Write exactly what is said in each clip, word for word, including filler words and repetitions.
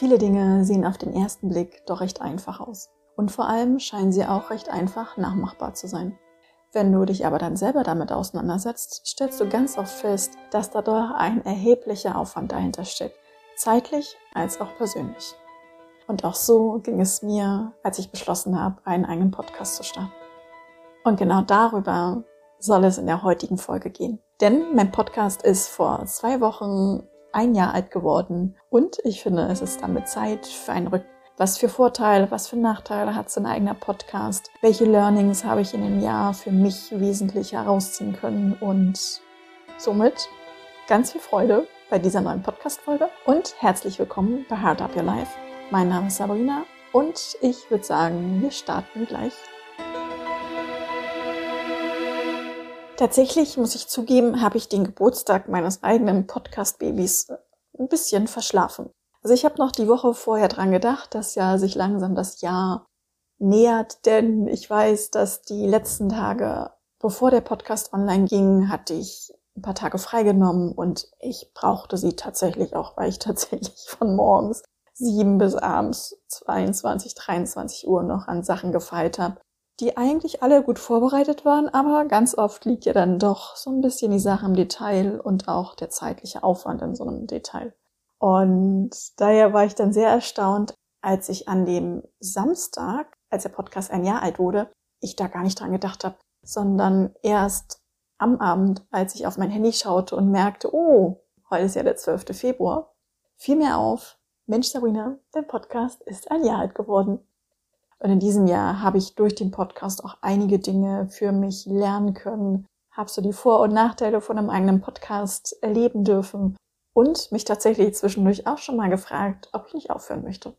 Viele Dinge sehen auf den ersten Blick doch recht einfach aus. Und vor allem scheinen sie auch recht einfach nachmachbar zu sein. Wenn du dich aber dann selber damit auseinandersetzt, stellst du ganz oft fest, dass da doch ein erheblicher Aufwand dahinter steckt, zeitlich als auch persönlich. Und auch so ging es mir, als ich beschlossen habe, einen eigenen Podcast zu starten. Und genau darüber soll es in der heutigen Folge gehen. Denn mein Podcast ist vor zwei Wochen ein Jahr alt geworden und ich finde, es ist damit Zeit für einen Rückblick. Was für Vorteile, was für Nachteile hat so ein eigener Podcast? Welche Learnings habe ich in dem Jahr für mich wesentlich herausziehen können? Und somit ganz viel Freude bei dieser neuen Podcast-Folge und herzlich willkommen bei Heart Up Your Life. Mein Name ist Sabrina und ich würde sagen, wir starten gleich. Tatsächlich, muss ich zugeben, habe ich den Geburtstag meines eigenen Podcast-Babys ein bisschen verschlafen. Also ich habe noch die Woche vorher dran gedacht, dass ja sich langsam das Jahr nähert, denn ich weiß, dass die letzten Tage, bevor der Podcast online ging, hatte ich ein paar Tage freigenommen und ich brauchte sie tatsächlich auch, weil ich tatsächlich von morgens sieben bis abends zweiundzwanzig, dreiundzwanzig Uhr noch an Sachen gefeilt habe, die eigentlich alle gut vorbereitet waren, aber ganz oft liegt ja dann doch so ein bisschen die Sache im Detail und auch der zeitliche Aufwand in so einem Detail. Und daher war ich dann sehr erstaunt, als ich an dem Samstag, als der Podcast ein Jahr alt wurde, ich da gar nicht dran gedacht habe, sondern erst am Abend, als ich auf mein Handy schaute und merkte, oh, heute ist ja der zwölfte Februar, fiel mir auf, Mensch Sabrina, dein Podcast ist ein Jahr alt geworden. Und in diesem Jahr habe ich durch den Podcast auch einige Dinge für mich lernen können, habe so die Vor- und Nachteile von einem eigenen Podcast erleben dürfen und mich tatsächlich zwischendurch auch schon mal gefragt, ob ich nicht aufhören möchte.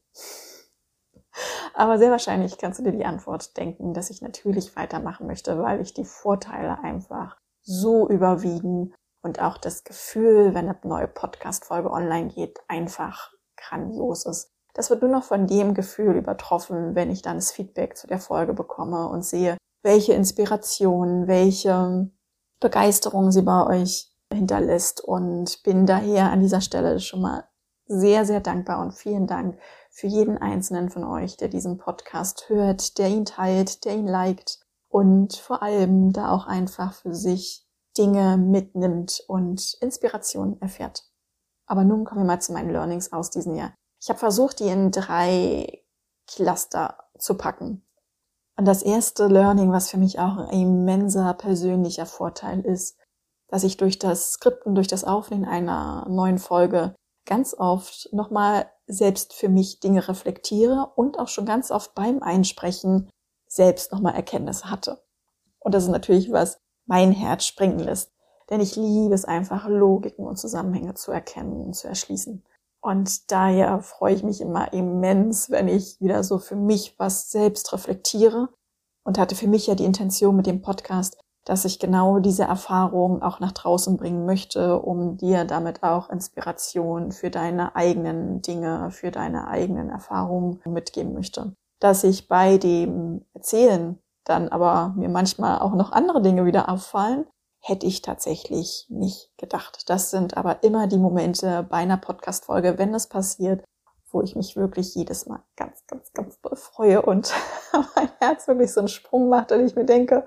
Aber sehr wahrscheinlich kannst du dir die Antwort denken, dass ich natürlich weitermachen möchte, weil ich die Vorteile einfach so überwiegen und auch das Gefühl, wenn eine neue Podcast-Folge online geht, einfach grandios ist. Das wird nur noch von dem Gefühl übertroffen, wenn ich dann das Feedback zu der Folge bekomme und sehe, welche Inspiration, welche Begeisterung sie bei euch hinterlässt und bin daher an dieser Stelle schon mal sehr, sehr dankbar und vielen Dank für jeden einzelnen von euch, der diesen Podcast hört, der ihn teilt, der ihn liked und vor allem da auch einfach für sich Dinge mitnimmt und Inspiration erfährt. Aber nun kommen wir mal zu meinen Learnings aus diesem Jahr. Ich habe versucht, die in drei Cluster zu packen. Und das erste Learning, was für mich auch ein immenser persönlicher Vorteil ist, dass ich durch das Skripten, durch das Aufnehmen einer neuen Folge ganz oft nochmal selbst für mich Dinge reflektiere und auch schon ganz oft beim Einsprechen selbst nochmal Erkenntnisse hatte. Und das ist natürlich, was mein Herz springen lässt. Denn ich liebe es einfach, Logiken und Zusammenhänge zu erkennen und zu erschließen. Und daher freue ich mich immer immens, wenn ich wieder so für mich was selbst reflektiere und hatte für mich ja die Intention mit dem Podcast, dass ich genau diese Erfahrung auch nach draußen bringen möchte, um dir damit auch Inspiration für deine eigenen Dinge, für deine eigenen Erfahrungen mitgeben möchte. Dass ich bei dem Erzählen dann aber mir manchmal auch noch andere Dinge wieder auffallen, hätte ich tatsächlich nicht gedacht. Das sind aber immer die Momente bei einer Podcast-Folge, wenn das passiert, wo ich mich wirklich jedes Mal ganz, ganz, ganz doll freue und mein Herz wirklich so einen Sprung macht und ich mir denke,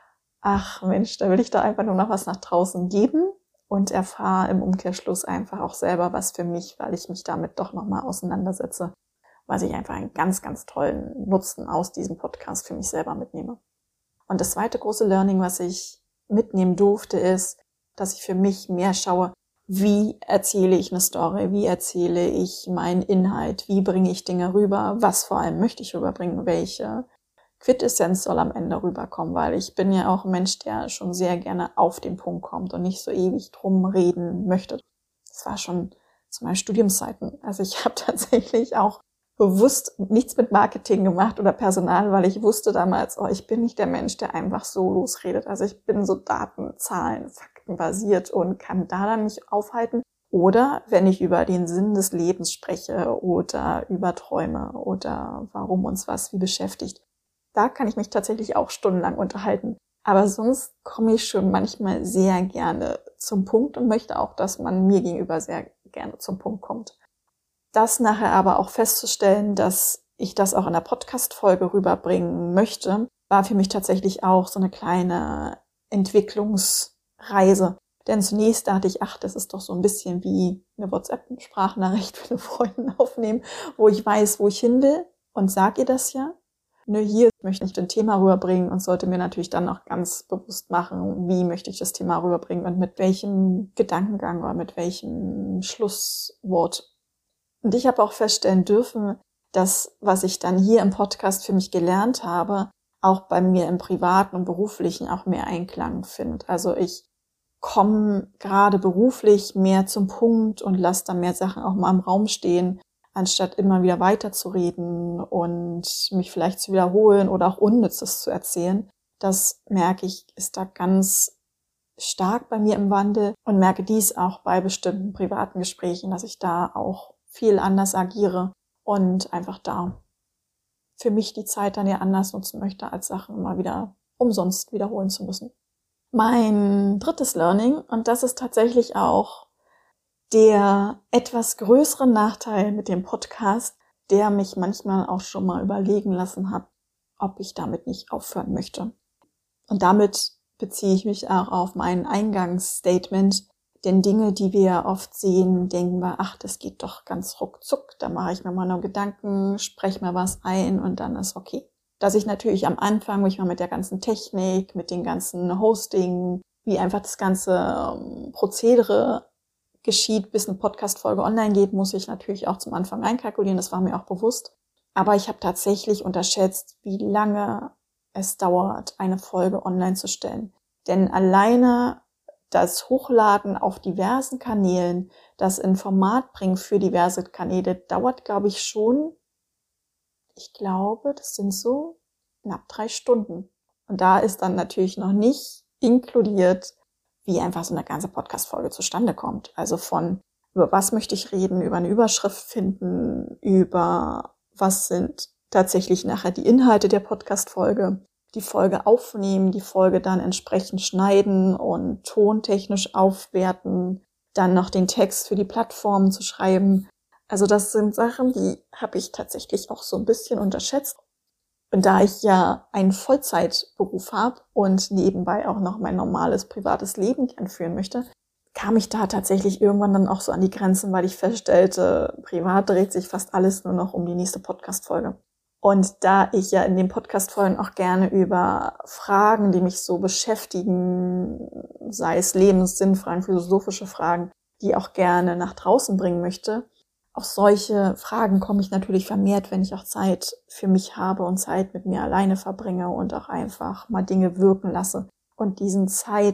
ach Mensch, da will ich da einfach nur noch was nach draußen geben und erfahre im Umkehrschluss einfach auch selber was für mich, weil ich mich damit doch nochmal auseinandersetze, was ich einfach einen ganz, ganz tollen Nutzen aus diesem Podcast für mich selber mitnehme. Und das zweite große Learning, was ich mitnehmen durfte, ist, dass ich für mich mehr schaue, wie erzähle ich eine Story, wie erzähle ich meinen Inhalt, wie bringe ich Dinge rüber, was vor allem möchte ich rüberbringen, welche Quintessenz soll am Ende rüberkommen, weil ich bin ja auch ein Mensch, der schon sehr gerne auf den Punkt kommt und nicht so ewig drum reden möchte. Das war schon zu meinen Studiumszeiten. Also ich habe tatsächlich auch bewusst nichts mit Marketing gemacht oder Personal, weil ich wusste damals, oh, ich bin nicht der Mensch, der einfach so losredet. Also ich bin so Daten, Zahlen, Fakten basiert und kann da dann nicht aufhalten. Oder wenn ich über den Sinn des Lebens spreche oder über Träume oder warum uns was wie beschäftigt, da kann ich mich tatsächlich auch stundenlang unterhalten. Aber sonst komme ich schon manchmal sehr gerne zum Punkt und möchte auch, dass man mir gegenüber sehr gerne zum Punkt kommt. das nachher aber auch festzustellen, dass ich das auch in der Podcast-Folge rüberbringen möchte, war für mich tatsächlich auch so eine kleine Entwicklungsreise. Denn zunächst dachte ich, ach, das ist doch so ein bisschen wie eine WhatsApp-Sprachnachricht für eine Freundin aufnehmen, wo ich weiß, wo ich hin will und sag ihr das ja. Nur hier möchte ich ein Thema rüberbringen und sollte mir natürlich dann auch ganz bewusst machen, wie möchte ich das Thema rüberbringen und mit welchem Gedankengang oder mit welchem Schlusswort. Und ich habe auch feststellen dürfen, dass, was ich dann hier im Podcast für mich gelernt habe, auch bei mir im Privaten und Beruflichen auch mehr Einklang findet. Also ich komme gerade beruflich mehr zum Punkt und lasse dann mehr Sachen auch mal im Raum stehen, anstatt immer wieder weiterzureden und mich vielleicht zu wiederholen oder auch Unnützes zu erzählen. Das merke ich, ist da ganz stark bei mir im Wandel und merke dies auch bei bestimmten privaten Gesprächen, dass ich da auch viel anders agiere und einfach da für mich die Zeit dann ja anders nutzen möchte, als Sachen immer wieder umsonst wiederholen zu müssen. Mein drittes Learning, und das ist tatsächlich auch der etwas größere Nachteil mit dem Podcast, der mich manchmal auch schon mal überlegen lassen hat, ob ich damit nicht aufhören möchte. Und damit beziehe ich mich auch auf mein Eingangsstatement, denn Dinge, die wir oft sehen, denken wir, ach, das geht doch ganz ruckzuck, da mache ich mir mal nur Gedanken, spreche mir was ein und dann ist okay. Dass ich natürlich am Anfang mich mal mit der ganzen Technik, mit den ganzen Hosting, wie einfach das ganze ähm, Prozedere geschieht, bis eine Podcast-Folge online geht, muss ich natürlich auch zum Anfang einkalkulieren, das war mir auch bewusst. Aber ich habe tatsächlich unterschätzt, wie lange es dauert, eine Folge online zu stellen. Denn alleine das Hochladen auf diversen Kanälen, das in Format bringen für diverse Kanäle, dauert, glaube ich, schon, ich glaube, das sind so knapp drei Stunden. Und da ist dann natürlich noch nicht inkludiert, wie einfach so eine ganze Podcast-Folge zustande kommt. Also von, über was möchte ich reden, über eine Überschrift finden, über was sind tatsächlich nachher die Inhalte der Podcast-Folge, die Folge aufnehmen, die Folge dann entsprechend schneiden und tontechnisch aufwerten, dann noch den Text für die Plattformen zu schreiben. Also das sind Sachen, die habe ich tatsächlich auch so ein bisschen unterschätzt. Und da ich ja einen Vollzeitberuf habe und nebenbei auch noch mein normales privates Leben gern führen möchte, kam ich da tatsächlich irgendwann dann auch so an die Grenzen, weil ich feststellte, privat dreht sich fast alles nur noch um die nächste Podcast-Folge. Und da ich ja in den Podcast-Folgen auch gerne über Fragen, die mich so beschäftigen, sei es Lebenssinnfragen, philosophische Fragen, die auch gerne nach draußen bringen möchte, auf solche Fragen komme ich natürlich vermehrt, wenn ich auch Zeit für mich habe und Zeit mit mir alleine verbringe und auch einfach mal Dinge wirken lasse. Und diesen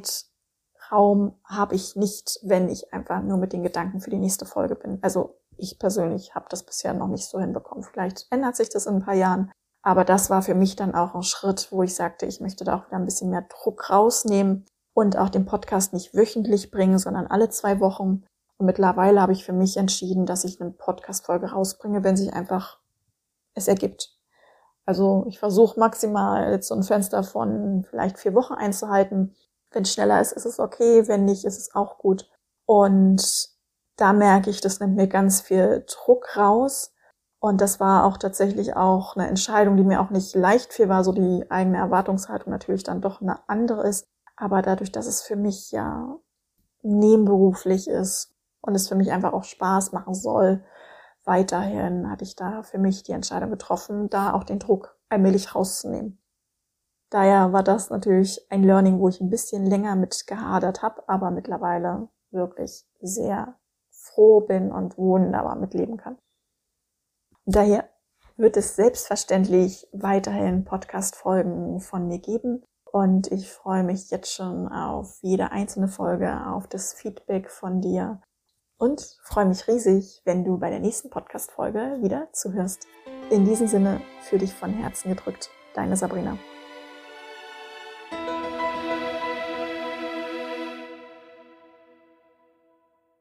Zeitraum habe ich nicht, wenn ich einfach nur mit den Gedanken für die nächste Folge bin. Also ich persönlich habe das bisher noch nicht so hinbekommen. Vielleicht ändert sich das in ein paar Jahren. Aber das war für mich dann auch ein Schritt, wo ich sagte, ich möchte da auch wieder ein bisschen mehr Druck rausnehmen und auch den Podcast nicht wöchentlich bringen, sondern alle zwei Wochen. Und mittlerweile habe ich für mich entschieden, dass ich eine Podcast-Folge rausbringe, wenn sich einfach es ergibt. Also ich versuche maximal jetzt so ein Fenster von vielleicht vier Wochen einzuhalten. Wenn es schneller ist, ist es okay. Wenn nicht, ist es auch gut. Und da merke ich, das nimmt mir ganz viel Druck raus. Und das war auch tatsächlich auch eine Entscheidung, die mir auch nicht leicht fiel, war so die eigene Erwartungshaltung natürlich dann doch eine andere ist. Aber dadurch, dass es für mich ja nebenberuflich ist und es für mich einfach auch Spaß machen soll, weiterhin hatte ich da für mich die Entscheidung getroffen, da auch den Druck allmählich rauszunehmen. Daher war das natürlich ein Learning, wo ich ein bisschen länger mit gehadert habe, aber mittlerweile wirklich sehr froh bin und wunderbar mitleben kann. Daher wird es selbstverständlich weiterhin Podcast-Folgen von mir geben und ich freue mich jetzt schon auf jede einzelne Folge, auf das Feedback von dir und freue mich riesig, wenn du bei der nächsten Podcast-Folge wieder zuhörst. In diesem Sinne, für dich von Herzen gedrückt, deine Sabrina.